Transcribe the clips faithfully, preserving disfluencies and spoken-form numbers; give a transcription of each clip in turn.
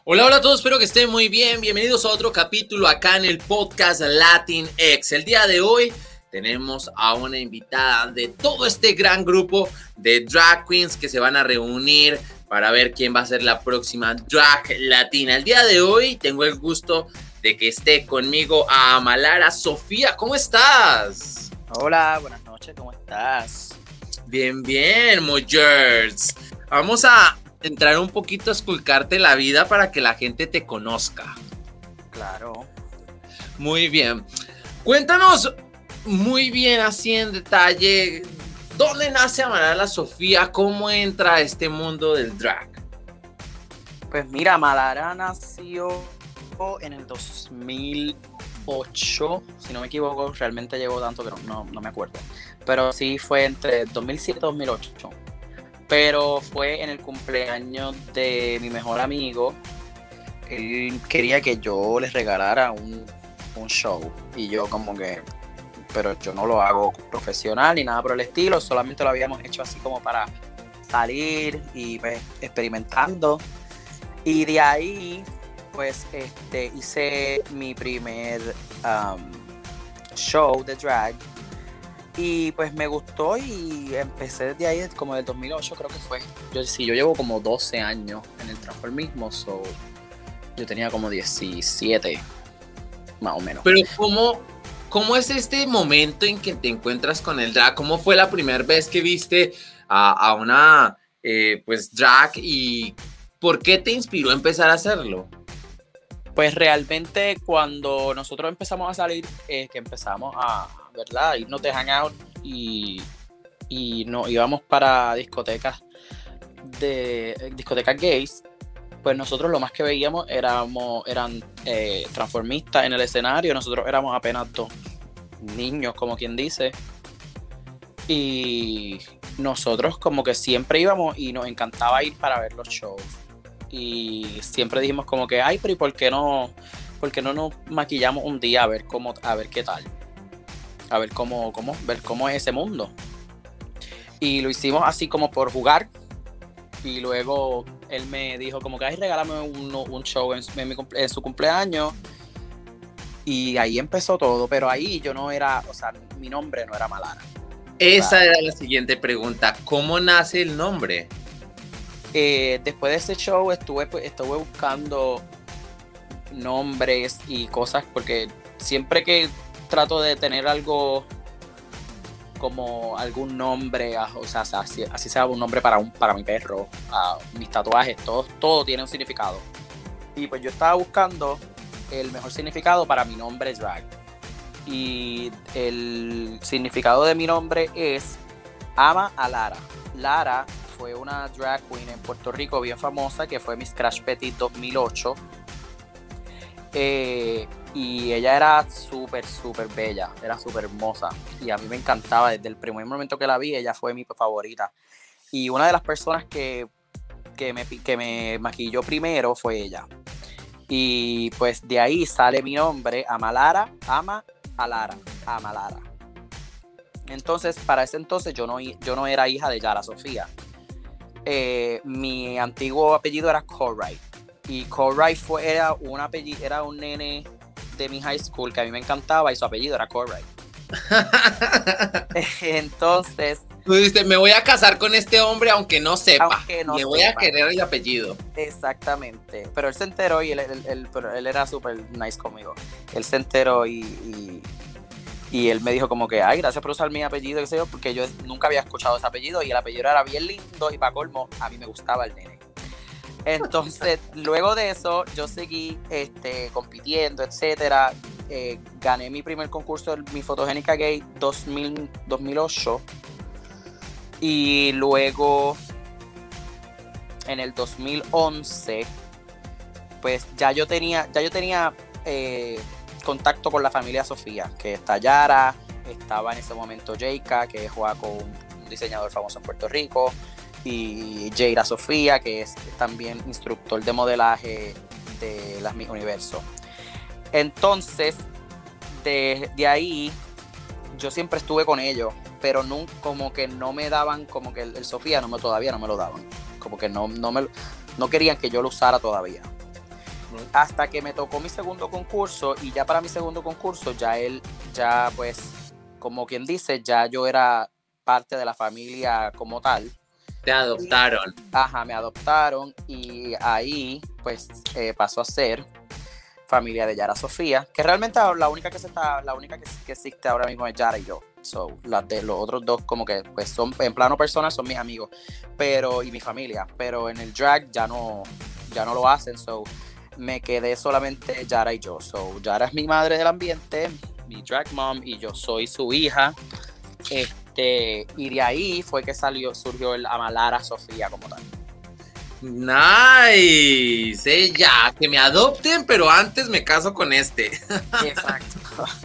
Hola, hola a todos, espero que estén muy bien. Bienvenidos a otro capítulo acá en el podcast Latinx. El día de hoy tenemos a una invitada de todo este gran grupo de drag queens que se van a reunir para ver quién va a ser la próxima drag latina. El día de hoy tengo el gusto de que esté conmigo a Amalara Sofía. ¿Cómo estás? Hola, buenas noches, ¿cómo estás? Bien, bien, muchachos. Vamos a entrar un poquito a esculcarte la vida para que la gente te conozca. Claro. Muy bien. Cuéntanos muy bien, así en detalle, ¿dónde nace Amalara Sofía? ¿Cómo entra a este mundo del drag? Pues mira, Amalara nació en el dos mil ocho, si no me equivoco, realmente llegó tanto que no, no, no me acuerdo. Pero sí fue entre dos mil siete y dos mil ocho. Pero fue en el cumpleaños de mi mejor amigo. Él quería que yo les regalara un, un show. Y yo como que, pero yo no lo hago profesional ni nada por el estilo. Solamente lo habíamos hecho así como para salir y pues experimentando. Y de ahí pues este, hice mi primer um, show de drag. Y pues me gustó y empecé desde ahí, como del dos mil ocho creo que fue. Yo sí, yo llevo como doce años en el transformismo, so yo tenía como diecisiete, más o menos. Pero ¿cómo, cómo es este momento en que te encuentras con el drag? ¿Cómo fue la primera vez que viste a, a una eh, pues drag y por qué te inspiró a empezar a hacerlo? Pues realmente cuando nosotros empezamos a salir, eh, que empezamos a, ¿verdad?, irnos de hangout y, y nos íbamos para discotecas de discotecas gays, pues nosotros lo más que veíamos éramos, eran eh, transformistas en el escenario. Nosotros éramos apenas dos niños, como quien dice, y nosotros como que siempre íbamos y nos encantaba ir para ver los shows. Y siempre dijimos como que, ay, pero ¿y por qué no, por qué no nos maquillamos un día a ver cómo, a ver qué tal? A ver cómo, cómo, ver cómo es ese mundo. Y lo hicimos así como por jugar. Y luego él me dijo como que, ay, regálame un, un show en, en, mi, en su cumpleaños. Y ahí empezó todo, pero ahí yo no era, o sea, mi nombre no era Amalara. Esa o sea, era la siguiente pregunta. ¿Cómo nace el nombre? Eh, después de ese show estuve, pues, estuve buscando nombres y cosas porque siempre que trato de tener algo como algún nombre, o sea, así, así sea un nombre para, un, para mi perro, uh, mis tatuajes, todo, todo tiene un significado. Y pues yo estaba buscando el mejor significado para mi nombre drag. Y el significado de mi nombre es Ama a Lara. Lara fue una drag queen en Puerto Rico bien famosa que fue Miss Crash Petit dos mil ocho. Eh, y ella era súper, súper bella, era súper hermosa. Y a mí me encantaba, desde el primer momento que la vi, ella fue mi favorita. Y una de las personas que, que, me, que me maquilló primero fue ella. Y pues de ahí sale mi nombre, Amalara, Ama a Lara, Amalara. Entonces, para ese entonces yo no, yo no era hija de Yara Sofía. Eh, mi antiguo apellido era Corright. Y Corright fue, era, un apellido, era un nene de mi high school que a mí me encantaba y su apellido era Corright. Entonces... Tú dijiste, me voy a casar con este hombre aunque no sepa. Aunque no Le voy sepa. a querer el apellido. Exactamente. Pero él se enteró y él, él, él, él, él era súper nice conmigo. Él se enteró y, y, y él me dijo como que, ay, gracias por usar mi apellido, qué sé yo, porque yo nunca había escuchado ese apellido y el apellido era bien lindo y para colmo, a mí me gustaba el nene. Entonces, luego de eso, yo seguí este, compitiendo, etcétera. Eh, gané mi primer concurso de mi fotogénica gay dos mil, dos mil ocho. Y luego, en el dos mil once, pues ya yo tenía, ya yo tenía eh, contacto con la familia Sofía, que está Yara, estaba en ese momento Jayka, que juega con un diseñador famoso en Puerto Rico, y Jaira Sofía, que es también instructor de modelaje de las Miss Universo. Entonces, de, de ahí, yo siempre estuve con ellos, pero no, como que no me daban, como que el, el Sofía no me, todavía no me lo daban. Como que no, no, me, no querían que yo lo usara todavía. hasta que me tocó mi segundo concurso, y ya para mi segundo concurso, ya él, ya pues, como quien dice, ya yo era parte de la familia como tal. Te adoptaron. Y, ajá, me adoptaron, y ahí pues eh, pasó a ser familia de Yara Sofía, que realmente la única que se está, la única que, que existe ahora mismo es Yara y yo. So, las de los otros dos como que pues son en plano personal son mis amigos, pero y mi familia, pero en el drag ya no ya no lo hacen, so me quedé solamente Yara y yo. So Yara es mi madre del ambiente, mi drag mom, y yo soy su hija. Este, y de ahí fue que salió surgió el Amalara Sofía como tal. Nice, eh, ya, que me adopten, pero antes me caso con este. Exacto.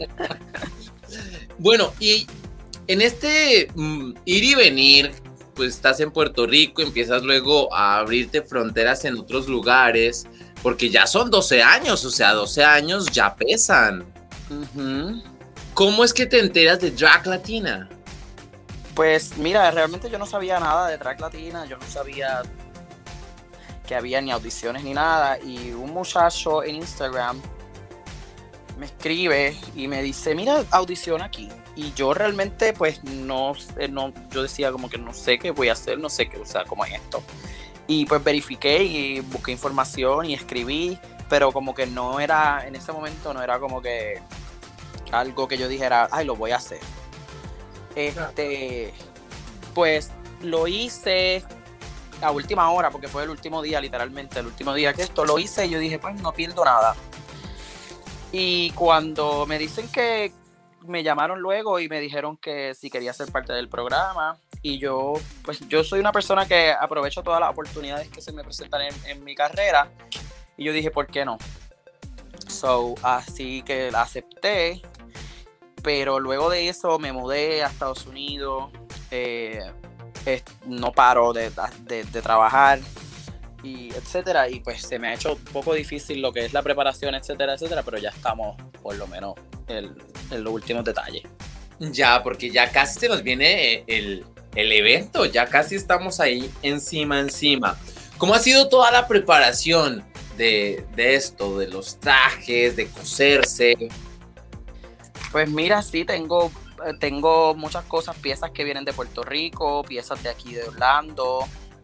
Bueno, y en este mm, ir y venir, pues estás en Puerto Rico, empiezas luego a abrirte fronteras en otros lugares, porque ya son doce años, o sea, doce años ya pesan. Uh-huh. ¿Cómo es que te enteras de Drag Latina? Pues mira, realmente yo no sabía nada de Drag Latina, yo no sabía que había ni audiciones ni nada, y un muchacho en Instagram me escribe y me dice, mira, audición aquí. Y yo realmente pues no, no, yo decía como que no sé qué voy a hacer, no sé qué, o sea, cómo es esto. Y pues verifiqué y busqué información y escribí, pero como que no era, en ese momento no era como que algo que yo dijera, ay, lo voy a hacer. Este, pues lo hice a última hora, porque fue el último día, literalmente, el último día que esto lo hice, y yo dije, pues no pierdo nada. Y cuando me dicen que me llamaron luego y me dijeron que si quería ser parte del programa, y yo, pues yo soy una persona que aprovecho todas las oportunidades que se me presentan en, en mi carrera, y yo dije, ¿por qué no? So, así que la acepté, pero luego de eso me mudé a Estados Unidos, eh, eh, no paro de, de, de trabajar, y etcétera, y pues se me ha hecho un poco difícil lo que es la preparación, etcétera, etcétera, pero ya estamos por lo menos en, en los últimos detalles. Ya, porque ya casi se nos viene el, el evento, ya casi estamos ahí encima, encima. ¿Cómo ha sido toda la preparación de, de esto, de los trajes, de coserse? Pues mira, sí, tengo, tengo muchas cosas, piezas que vienen de Puerto Rico, piezas de aquí de Orlando,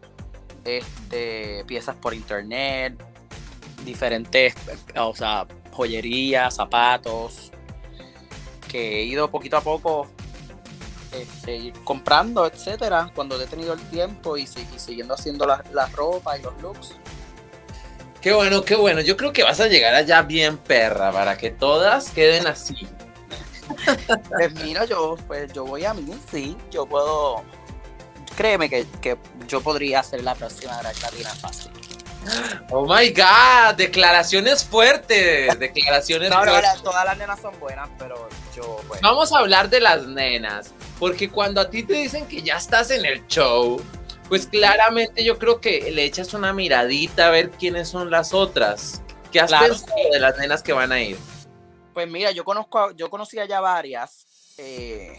Este, piezas por internet, diferentes, o sea, joyería, zapatos, que he ido poquito a poco este, comprando, etcétera, cuando he tenido el tiempo, y, y siguiendo haciendo la, la ropa y los looks. Qué bueno, qué bueno. Yo creo que vas a llegar allá bien perra, para que todas queden así. Pues mira, yo, pues yo voy a mí, sí, yo puedo. Créeme que, que yo podría ser la próxima Drag Latina fácil. Oh my God, declaraciones fuertes, declaraciones no, fuertes. No, todas las nenas son buenas, pero yo, pues. Vamos a hablar de las nenas, porque cuando a ti te dicen que ya estás en el show, pues claramente yo creo que le echas una miradita a ver quiénes son las otras. ¿Qué has claro, pensado sí. de las nenas que van a ir? Pues mira, yo conozco, yo conocía ya varias, eh,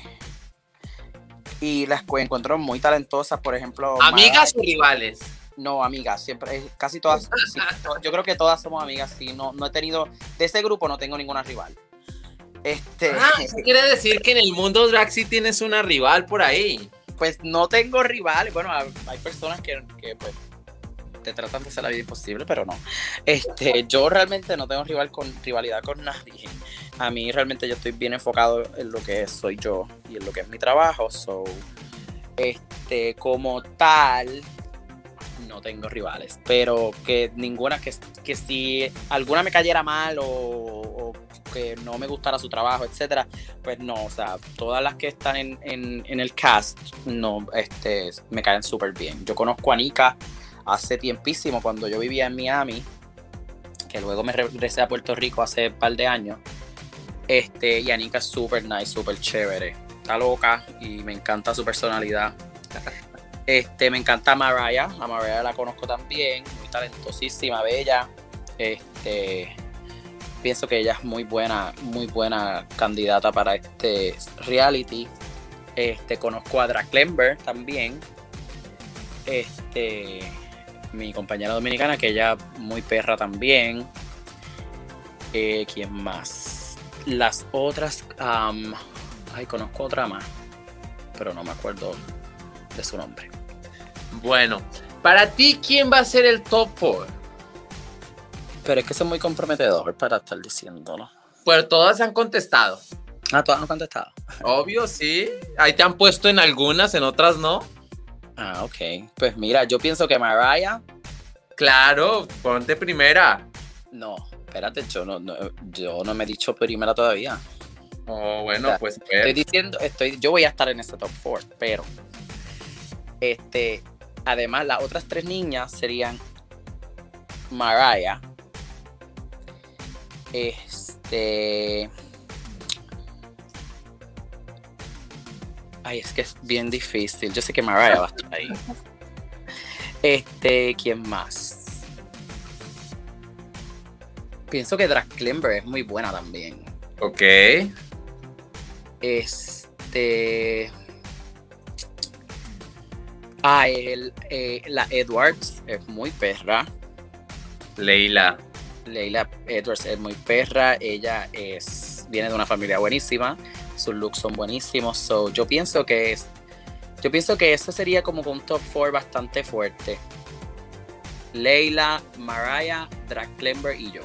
y las encuentro muy talentosas, por ejemplo. ¿Amigas Mara, o rivales? No, amigas, siempre, casi todas, sí, yo creo que todas somos amigas, sí, no, no he tenido, de ese grupo no tengo ninguna rival. Este, ah, eso quiere decir que en el mundo drag sí tienes una rival por ahí. Pues no tengo rivales, bueno, hay personas que, que pues te tratan de hacer la vida imposible, pero no. Este, yo realmente no tengo rival con rivalidad con nadie. A mí realmente yo estoy bien enfocado en lo que soy yo y en lo que es mi trabajo, so este, como tal no tengo rivales, pero que ninguna que, que si alguna me cayera mal o, o que no me gustara su trabajo, etcétera, pues no, o sea, todas las que están en, en, en el cast no, este, me caen súper bien. Yo conozco a Nika hace tiempísimo, cuando yo vivía en Miami, que luego me regresé a Puerto Rico hace un par de años, este, y Anika es súper nice, súper chévere, está loca y me encanta su personalidad. Este, me encanta Mariah, a Mariah la conozco también, muy talentosísima, bella. Este, pienso que ella es muy buena, muy buena candidata para este reality. Este, conozco a Draclember también. Este, mi compañera dominicana, que ella muy perra también. Eh, ¿Quién más? Las otras, um, ay, conozco otra más, pero no me acuerdo de su nombre. Bueno, para ti, ¿quién va a ser el top cuatro? Pero es que eso es muy comprometedor para estar diciéndolo. Pues todas han contestado. Ah, todas han contestado. Obvio, sí. Ahí te han puesto en algunas, en otras no. Ah, ok. Pues mira, yo pienso que Mariah. Claro, ponte primera. No, espérate, yo no, no, yo no me he dicho primera todavía. Oh, bueno, O sea, pues. Estoy diciendo, estoy, yo voy a estar en ese top cuatro, pero este, además las otras tres niñas serían Mariah, este, ay, es que es bien difícil. Yo sé que Mariah va a estar ahí. Este, ¿quién más? Pienso que Drag Climber es muy buena también. Ok. Este. Ah, el, eh, la Edwards es muy perra. Leila. Leila Edwards es muy perra. Ella es viene de una familia buenísima. Sus looks son buenísimos. So, yo pienso que es. Yo pienso que eso sería como un top cuatro bastante fuerte. Leila, Mariah, Drag Climber y yo.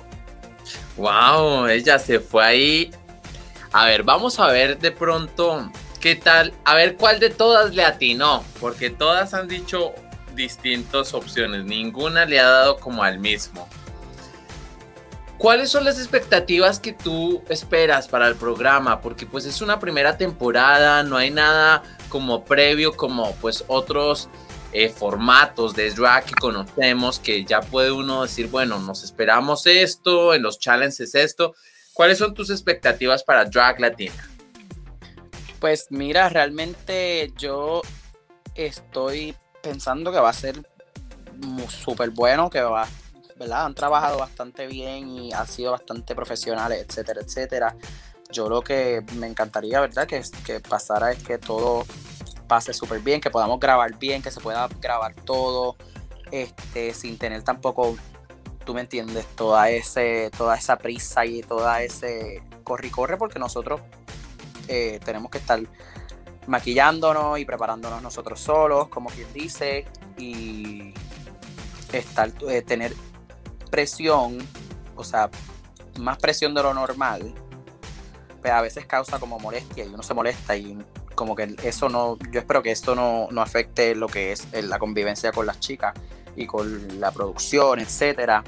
Wow, ella se fue ahí. A ver, vamos a ver de pronto qué tal. A ver cuál de todas le atinó. Porque todas han dicho distintas opciones. Ninguna le ha dado como al mismo. ¿Cuáles son las expectativas que tú esperas para el programa? Porque pues es una primera temporada, no hay nada como previo, como pues otros eh, formatos de drag que conocemos, que ya puede uno decir, bueno, nos esperamos esto, en los challenges esto. ¿Cuáles son tus expectativas para Drag Latina? Pues mira, realmente yo estoy pensando que va a ser súper bueno, que va, ¿verdad? Han trabajado bastante bien y han sido bastante profesionales, etcétera, etcétera. Yo lo que me encantaría, ¿verdad? Que, que pasara es que todo pase súper bien, que podamos grabar bien, que se pueda grabar todo, este, sin tener tampoco, tú me entiendes, toda, ese, toda esa prisa y toda ese corre y corre, porque nosotros eh, tenemos que estar maquillándonos y preparándonos nosotros solos, como quien dice, y estar, eh, tener presión, o sea, más presión de lo normal, pues a veces causa como molestia y uno se molesta y como que eso no, yo espero que esto no, no afecte lo que es la convivencia con las chicas y con la producción, etcétera.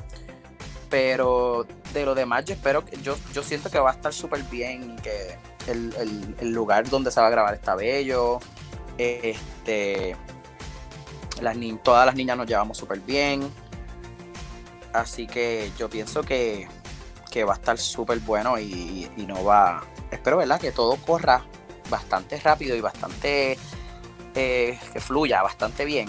Pero de lo demás yo espero que, yo, yo siento que va a estar súper bien y que el, el, el lugar donde se va a grabar está bello. Este, las ni- todas las niñas nos llevamos súper bien. Así que yo pienso que, que va a estar súper bueno y, y no va. Espero, ¿verdad?, que todo corra bastante rápido y bastante eh, que fluya bastante bien.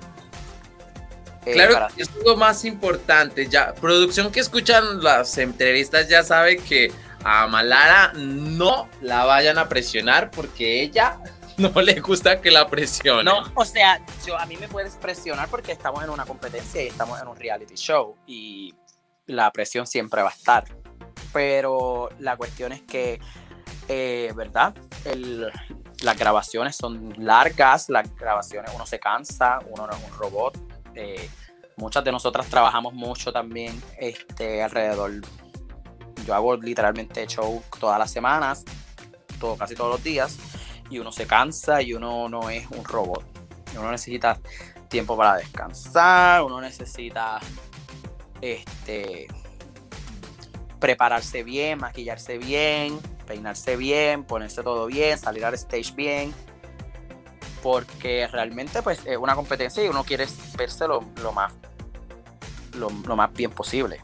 Eh, Claro, para... que es lo más importante. Ya, producción que escuchan las entrevistas ya sabe que a Malara no la vayan a presionar porque ella no le gusta que la presionen. No, o sea, yo a mí me puedes presionar porque estamos en una competencia y estamos en un reality show y la presión siempre va a estar. Pero la cuestión es que, eh, ¿verdad? El, las grabaciones son largas, las grabaciones uno se cansa, uno no es un robot. Eh, muchas de nosotras trabajamos mucho también este, alrededor. Yo hago literalmente show todas las semanas, todo, casi todos los días, y uno se cansa y uno no es un robot. Uno necesita tiempo para descansar, uno necesita este, prepararse bien, maquillarse bien, peinarse bien, ponerse todo bien, salir al stage bien, porque realmente pues es una competencia y uno quiere verse lo, lo más lo, lo más bien posible.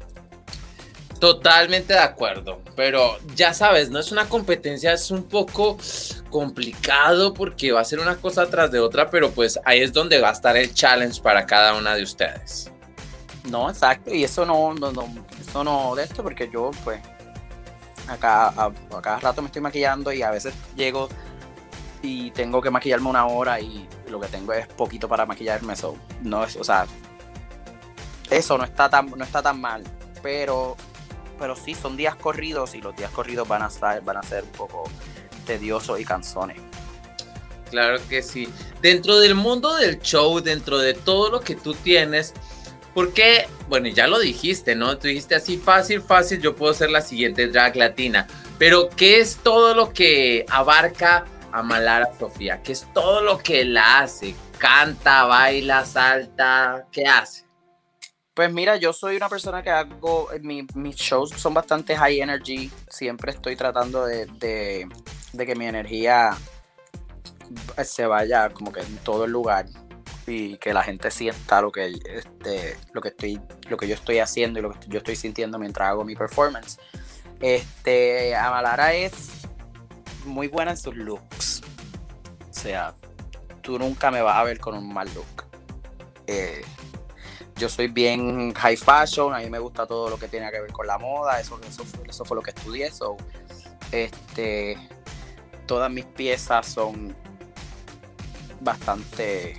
Totalmente de acuerdo, pero ya sabes, no es una competencia, es un poco complicado porque va a ser una cosa tras de otra, pero pues ahí es donde va a estar el challenge para cada una de ustedes. No, exacto, y eso no, no, no eso no de esto, porque yo pues acá a, a cada rato me estoy maquillando y a veces llego y tengo que maquillarme una hora y lo que tengo es poquito para maquillarme, eso no es, o sea, eso no está tan, no está tan mal, pero pero sí, son días corridos y los días corridos van a, estar, van a ser un poco tediosos y cansones. Claro que sí. Dentro del mundo del show, dentro de todo lo que tú tienes, ¿por qué? Bueno, ya lo dijiste, ¿no? Tú dijiste así fácil, fácil, yo puedo ser la siguiente drag latina. Pero, ¿qué es todo lo que abarca Amalara Sofía? ¿Qué es todo lo que la hace? ¿Canta, baila, salta? ¿Qué hace? Pues mira, yo soy una persona que hago, mi, mis shows son bastante high energy. Siempre estoy tratando de, de, de que mi energía se vaya como que en todo el lugar y que la gente sienta lo que, este, lo que, estoy, lo que yo estoy haciendo y lo que yo estoy sintiendo mientras hago mi performance. Este, Amalara es muy buena en sus looks. O sea, tú nunca me vas a ver con un mal look. Eh, yo soy bien high fashion, a mí me gusta todo lo que tiene que ver con la moda, eso, eso, eso fue lo que estudié. So, este, todas mis piezas son bastante,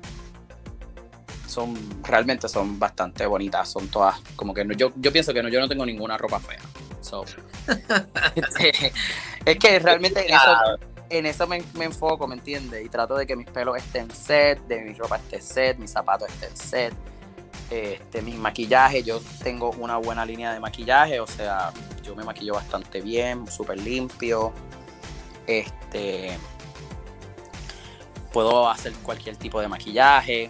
son, realmente son bastante bonitas, son todas, como que no, yo, yo pienso que no, yo no tengo ninguna ropa fea. So, este, es que realmente en eso, en eso me, me enfoco, ¿me entiendes? Y trato de que mis pelos estén set, de mi ropa esté set, mis zapatos estén set, este, mis maquillajes, yo tengo una buena línea de maquillaje, o sea, yo me maquillo bastante bien, súper limpio, este, puedo hacer cualquier tipo de maquillaje.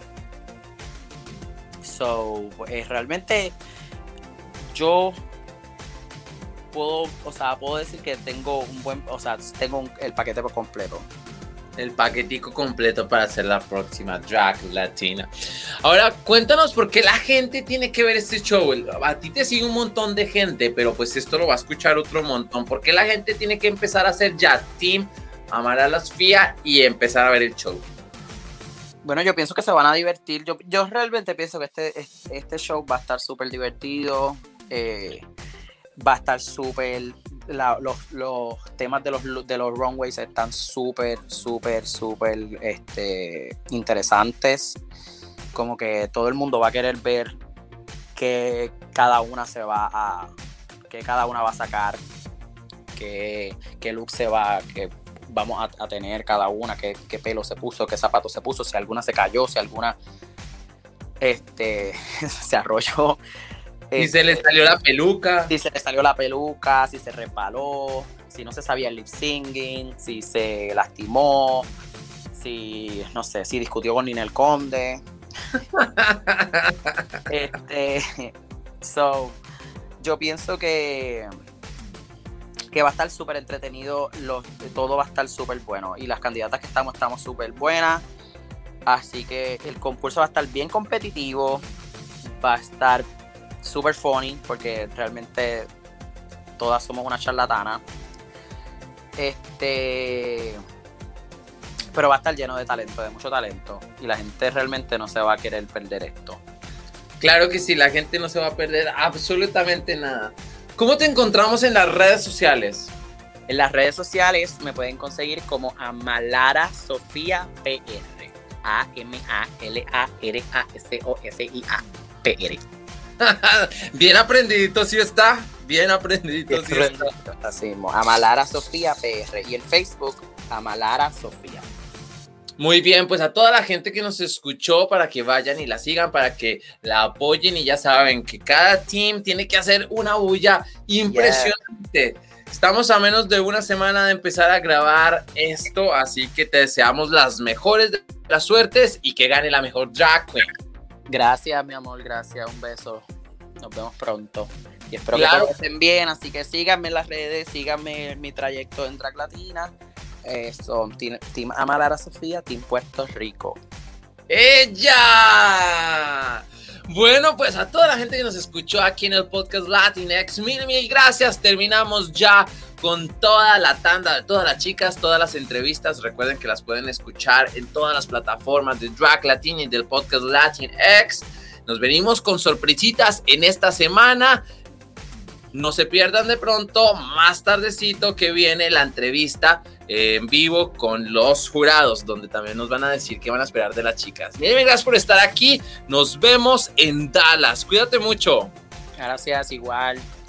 So, eh, realmente yo puedo, o sea, puedo decir que tengo un buen, o sea, tengo un, el paquete por completo. El paquetico completo para ser la próxima drag latina. Ahora, cuéntanos por qué la gente tiene que ver este show. A ti te sigue un montón de gente, pero pues esto lo va a escuchar otro montón. ¿Por qué la gente tiene que empezar a hacer ya Team Amalara Sofía y empezar a ver el show? Bueno, yo pienso que se van a divertir. Yo, yo realmente pienso que este, este show va a estar súper divertido. Eh, va a estar súper... La, los, los temas de los, de los runways están súper, súper, súper este, interesantes. Como que todo el mundo va a querer ver que cada una se va a... que cada una va a sacar, qué look se va... que vamos a, a tener cada una, qué, qué pelo se puso, qué zapato se puso, si alguna se cayó, si alguna este, se arrolló. Si este, se le salió la peluca. Si se le salió la peluca, si se resbaló, si no se sabía el lip singing, si se lastimó, si, no sé, si discutió con Ninel Conde. este, so, yo pienso que que va a estar súper entretenido, los, todo va a estar súper bueno y las candidatas que estamos, estamos súper buenas, así que el concurso va a estar bien competitivo, va a estar súper funny porque realmente todas somos una charlatana, este, pero va a estar lleno de talento, de mucho talento y la gente realmente no se va a querer perder esto. Claro que sí, la gente no se va a perder absolutamente nada. ¿Cómo te encontramos en las redes sociales? En las redes sociales me pueden conseguir como Amalara Sofía P R. A M A L A R A S O F I A P R. Bien aprendidito, ¿sí está? Bien aprendidito, ¿sí está? Así, Amalara Sofía P R. Y el Facebook, Amalara Sofía. Muy bien, pues a toda la gente que nos escuchó, para que vayan y la sigan, para que la apoyen, y ya saben que cada team tiene que hacer una bulla impresionante. Yeah. Estamos a menos de una semana de empezar a grabar esto, así que te deseamos las mejores de las suertes y que gane la mejor drag queen. Gracias, mi amor, gracias, un beso. Nos vemos pronto. Y espero claro. que todos estén bien, así que síganme en las redes, síganme en mi trayecto en Drag Latina. Eh, son team, team Amalara Sofía, Team Puerto Rico. ¡Ella! Bueno, pues a toda la gente que nos escuchó aquí en el podcast Latinx, mil, mil gracias. Terminamos ya con toda la tanda de todas las chicas, todas las entrevistas. Recuerden que las pueden escuchar en todas las plataformas de Drag Latin y del podcast Latinx. Nos venimos con sorpresitas en esta semana. No se pierdan de pronto, más tardecito que viene la entrevista eh, en vivo con los jurados, donde también nos van a decir qué van a esperar de las chicas. Miren, gracias por estar aquí. Nos vemos en Dallas. Cuídate mucho. Gracias, igual.